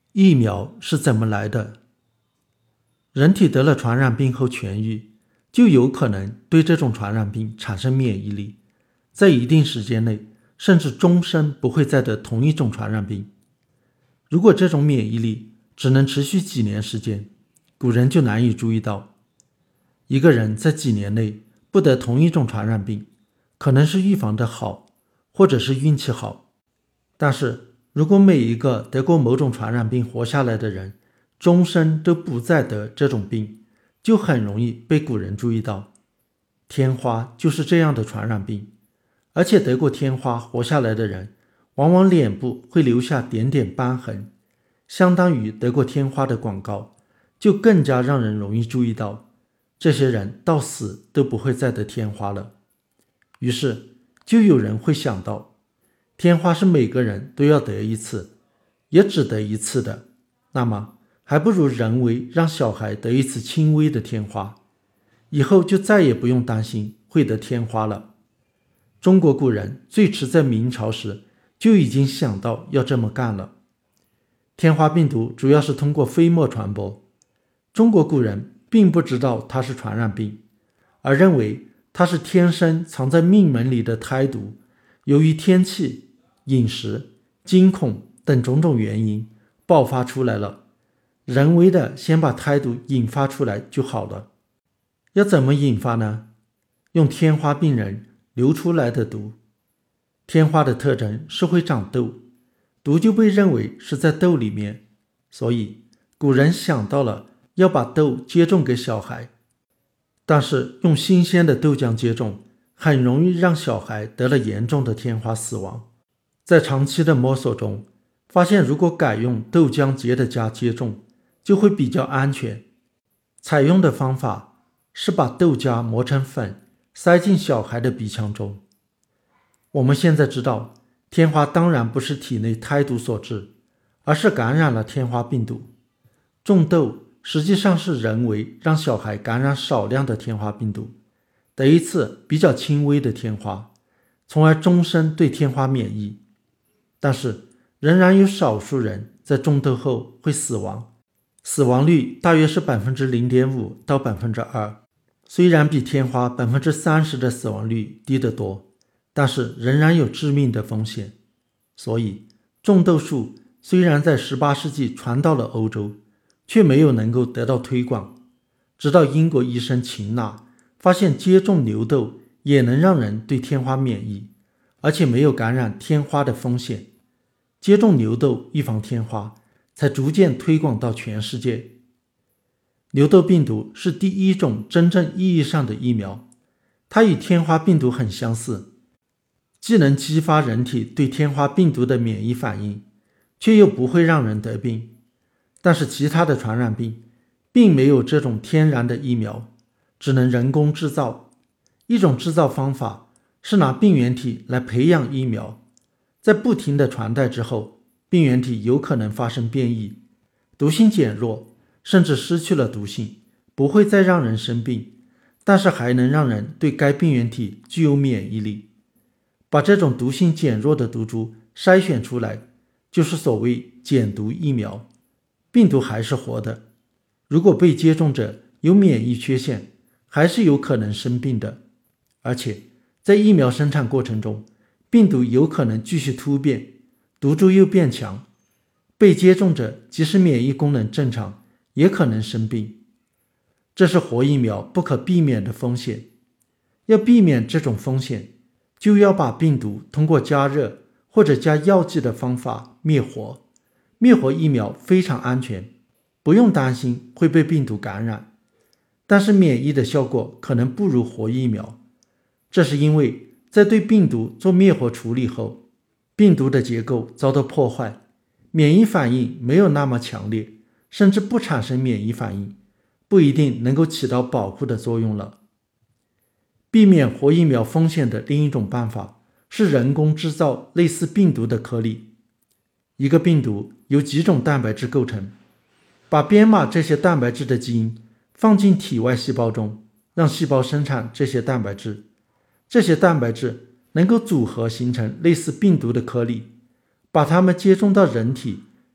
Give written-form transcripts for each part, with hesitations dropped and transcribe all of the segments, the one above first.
疫苗是怎么来的？人体得了传染病后痊愈，就有可能对这种传染病产生免疫力，在一定时间内，甚至终身不会再得同一种传染病。如果这种免疫力只能持续几年时间，古人就难以注意到。一个人在几年内不得同一种传染病，可能是预防得好，或者是运气好。但是如果每一个得过某种传染病活下来的人，终身都不再得这种病，就很容易被古人注意到。天花就是这样的传染病，而且得过天花活下来的人，往往脸部会留下点点斑痕，相当于得过天花的广告，就更加让人容易注意到，这些人到死都不会再得天花了。于是就有人会想到，天花是每个人都要得一次，也只得一次的，那么还不如人为让小孩得一次轻微的天花，以后就再也不用担心会得天花了。中国古人最迟在明朝时就已经想到要这么干了。天花病毒主要是通过飞沫传播，中国古人并不知道它是传染病，而认为它是天生藏在命门里的胎毒，由于天气、饮食、惊恐等种种原因爆发出来了，人为的先把胎毒引发出来就好了。要怎么引发呢？用天花病人流出来的毒。天花的特征是会长痘，毒就被认为是在痘里面，所以古人想到了要把痘接种给小孩。但是用新鲜的豆浆接种，很容易让小孩得了严重的天花死亡。在长期的摸索中，发现如果改用豆浆结的痂接种，就会比较安全。采用的方法是把豆荚磨成粉，塞进小孩的鼻腔中。我们现在知道，天花当然不是体内胎毒所致，而是感染了天花病毒。种痘实际上是人为让小孩感染少量的天花病毒，得一次比较轻微的天花，从而终身对天花免疫。但是仍然有少数人在种痘后会死亡，死亡率大约是 0.5% 到 2%， 虽然比天花 30% 的死亡率低得多，但是仍然有致命的风险。所以种痘术虽然在18世纪传到了欧洲，却没有能够得到推广。直到英国医生秦纳发现接种牛痘也能让人对天花免疫，而且没有感染天花的风险，接种牛痘预防天花才逐渐推广到全世界。牛痘病毒是第一种真正意义上的疫苗，它与天花病毒很相似，既能激发人体对天花病毒的免疫反应，却又不会让人得病。但是其他的传染病并没有这种天然的疫苗，只能人工制造。一种制造方法是拿病原体来培养疫苗，在不停的传代之后，病原体有可能发生变异，毒性减弱，甚至失去了毒性，不会再让人生病，但是还能让人对该病原体具有免疫力。把这种毒性减弱的毒株筛选出来，就是所谓减毒疫苗。病毒还是活的，如果被接种者有免疫缺陷，还是有可能生病的。而且在疫苗生产过程中，病毒有可能继续突变，毒株又变强，被接种者即使免疫功能正常，也可能生病。这是活疫苗不可避免的风险。要避免这种风险，就要把病毒通过加热或者加药剂的方法灭活。灭活疫苗非常安全，不用担心会被病毒感染，但是免疫的效果可能不如活疫苗。这是因为在对病毒做灭活处理后，病毒的结构遭到破坏，免疫反应没有那么强烈，甚至不产生免疫反应，不一定能够起到保护的作用了。避免活疫苗风险的另一种办法是人工制造类似病毒的颗粒。一个病毒由几种蛋白质构成，把编码这些蛋白质的基因放进体外细胞中，让细胞生产这些蛋白质。这些蛋白质能够组合形成类似病毒的颗粒，把它们接种到人体，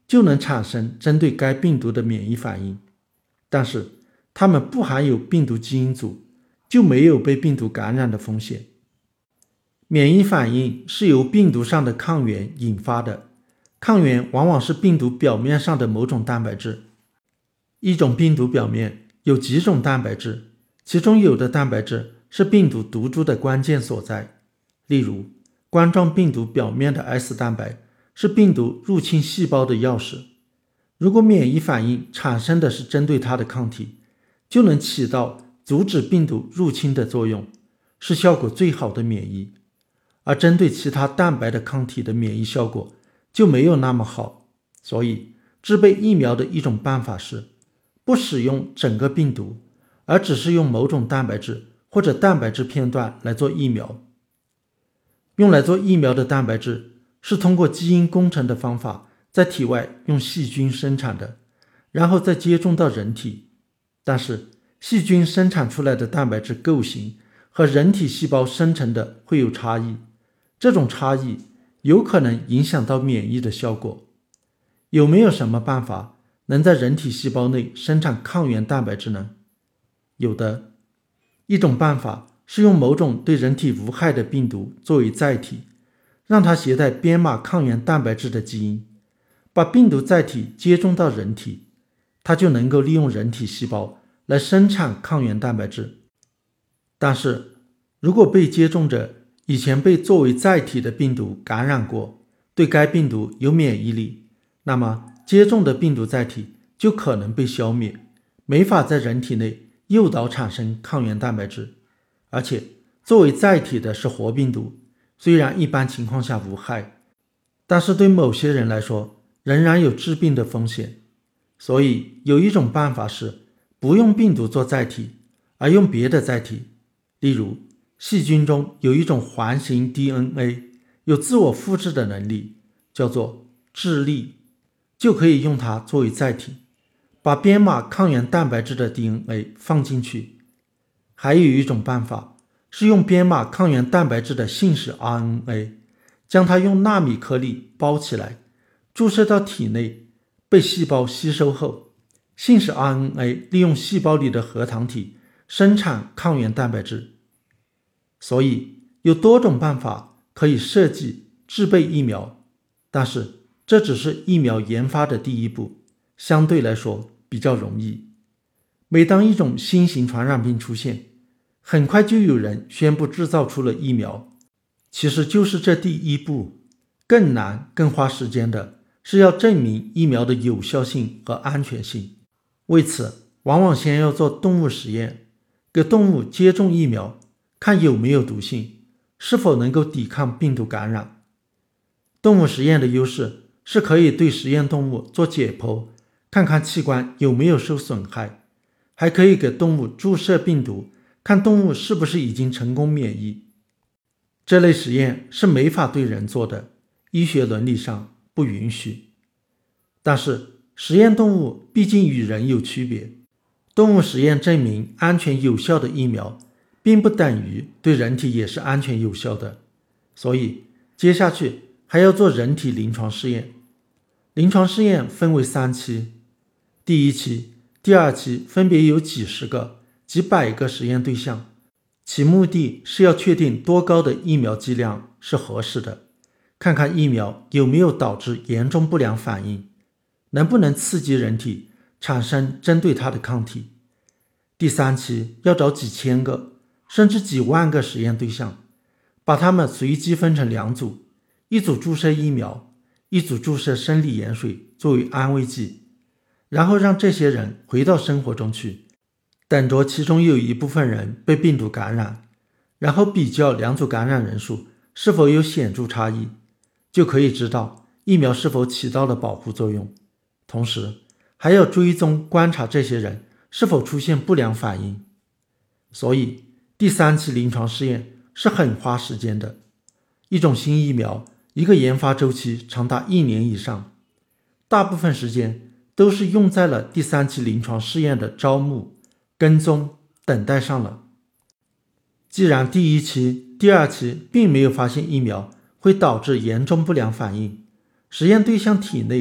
就能产生针对该病毒的免疫反应，但是它们不含有病毒基因组，就没有被病毒感染的风险。免疫反应是由病毒上的抗原引发的，抗原往往是病毒表面上的某种蛋白质。一种病毒表面有几种蛋白质，其中有的蛋白质是病毒毒株的关键所在。例如，冠状病毒表面的 S 蛋白是病毒入侵细胞的钥匙。如果免疫反应产生的是针对它的抗体，就能起到阻止病毒入侵的作用，是效果最好的免疫。而针对其他蛋白的抗体的免疫效果就没有那么好。所以制备疫苗的一种办法是不使用整个病毒，而只是用某种蛋白质或者蛋白质片段来做疫苗。用来做疫苗的蛋白质是通过基因工程的方法在体外用细菌生产的，然后再接种到人体。但是细菌生产出来的蛋白质构型和人体细胞生成的会有差异，这种差异有可能影响到免疫的效果。有没有什么办法能在人体细胞内生产抗原蛋白质呢？有的。一种办法是用某种对人体无害的病毒作为载体，让它携带编码抗原蛋白质的基因，把病毒载体接种到人体，它就能够利用人体细胞来生产抗原蛋白质。但是如果被接种者以前被作为载体的病毒感染过，对该病毒有免疫力，那么接种的病毒载体就可能被消灭，没法在人体内诱导产生抗原蛋白质。而且作为载体的是活病毒，虽然一般情况下无害，但是对某些人来说仍然有致病的风险。所以有一种办法是不用病毒做载体，而用别的载体。例如细菌中有一种环形 DNA， 有自我复制的能力，叫做质粒，就可以用它作为载体，把编码抗原蛋白质的 DNA 放进去。还有一种办法是用编码抗原蛋白质的信使 RNA， 将它用纳米颗粒包起来，注射到体内，被细胞吸收后，信使 RNA 利用细胞里的核糖体生产抗原蛋白质。所以有多种办法可以设计制备疫苗，但是这只是疫苗研发的第一步，相对来说比较容易。每当一种新型传染病出现，很快就有人宣布制造出了疫苗。其实就是这第一步，更难更花时间的是要证明疫苗的有效性和安全性。为此往往先要做动物实验，给动物接种疫苗，看有没有毒性，是否能够抵抗病毒感染。动物实验的优势是可以对实验动物做解剖，看看器官有没有受损害，还可以给动物注射病毒，看动物是不是已经成功免疫。这类实验是没法对人做的，医学伦理上不允许。但是实验动物毕竟与人有区别，动物实验证明安全有效的疫苗并不等于对人体也是安全有效的，所以接下去还要做人体临床试验。临床试验分为3期，第1期、第2期分别有几十个、几百个实验对象，其目的是要确定多高的疫苗剂量是合适的，看看疫苗有没有导致严重不良反应，能不能刺激人体产生针对它的抗体。第3期要找几千个甚至几万个实验对象，把它们随机分成2组，一组注射疫苗，一组注射生理盐水作为安慰剂，然后让这些人回到生活中去，等着其中有一部分人被病毒感染，然后比较2组感染人数是否有显著差异，就可以知道疫苗是否起到了保护作用。同时还要追踪观察这些人是否出现不良反应。所以第3期临床试验是很花时间的，一种新疫苗一个研发周期长达1年以上，大部分时间都是用在了第3期临床试验的招募、跟踪、等待上了。既然第1期、第2期并没有发现疫苗会导致严重不良反应，实验对象体内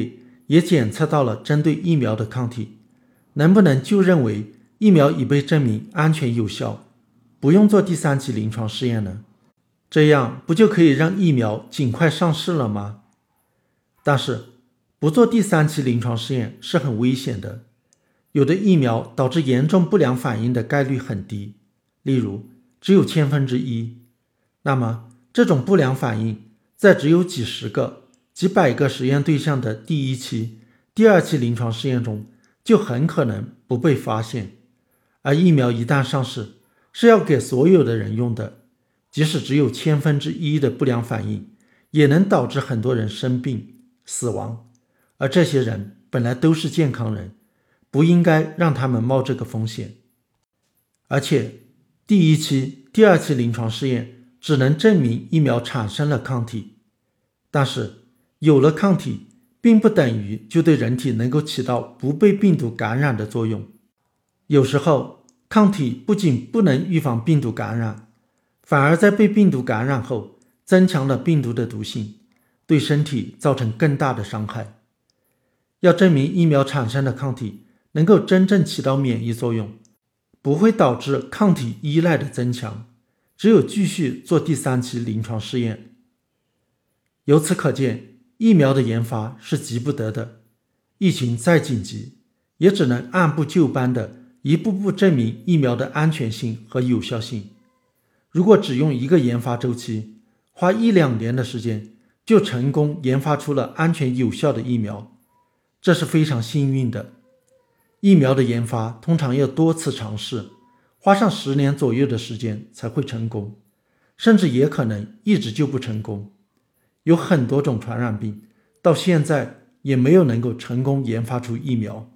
也检测到了针对疫苗的抗体，能不能就认为疫苗已被证明安全有效，不用做第3期临床试验呢？这样不就可以让疫苗尽快上市了吗？但是不做第3期临床试验是很危险的，有的疫苗导致严重不良反应的概率很低，例如只有1/1000。那么这种不良反应在只有几十个、几百个实验对象的第1期、第2期临床试验中就很可能不被发现。而疫苗一旦上市，是要给所有的人用的，即使只有1/1000的不良反应，也能导致很多人生病、死亡。而这些人本来都是健康人，不应该让他们冒这个风险。而且第1期、第2期临床试验只能证明疫苗产生了抗体，但是有了抗体并不等于就对人体能够起到不被病毒感染的作用。有时候抗体不仅不能预防病毒感染，反而在被病毒感染后增强了病毒的毒性，对身体造成更大的伤害。要证明疫苗产生的抗体能够真正起到免疫作用，不会导致抗体依赖的增强，只有继续做第3期临床试验。由此可见，疫苗的研发是急不得的，疫情再紧急，也只能按部就班的一步步证明疫苗的安全性和有效性。如果只用一个研发周期，花1-2年的时间就成功研发出了安全有效的疫苗，这是非常幸运的。疫苗的研发通常要多次尝试，花上10年左右的时间才会成功，甚至也可能一直就不成功。有很多种传染病，到现在也没有能够成功研发出疫苗。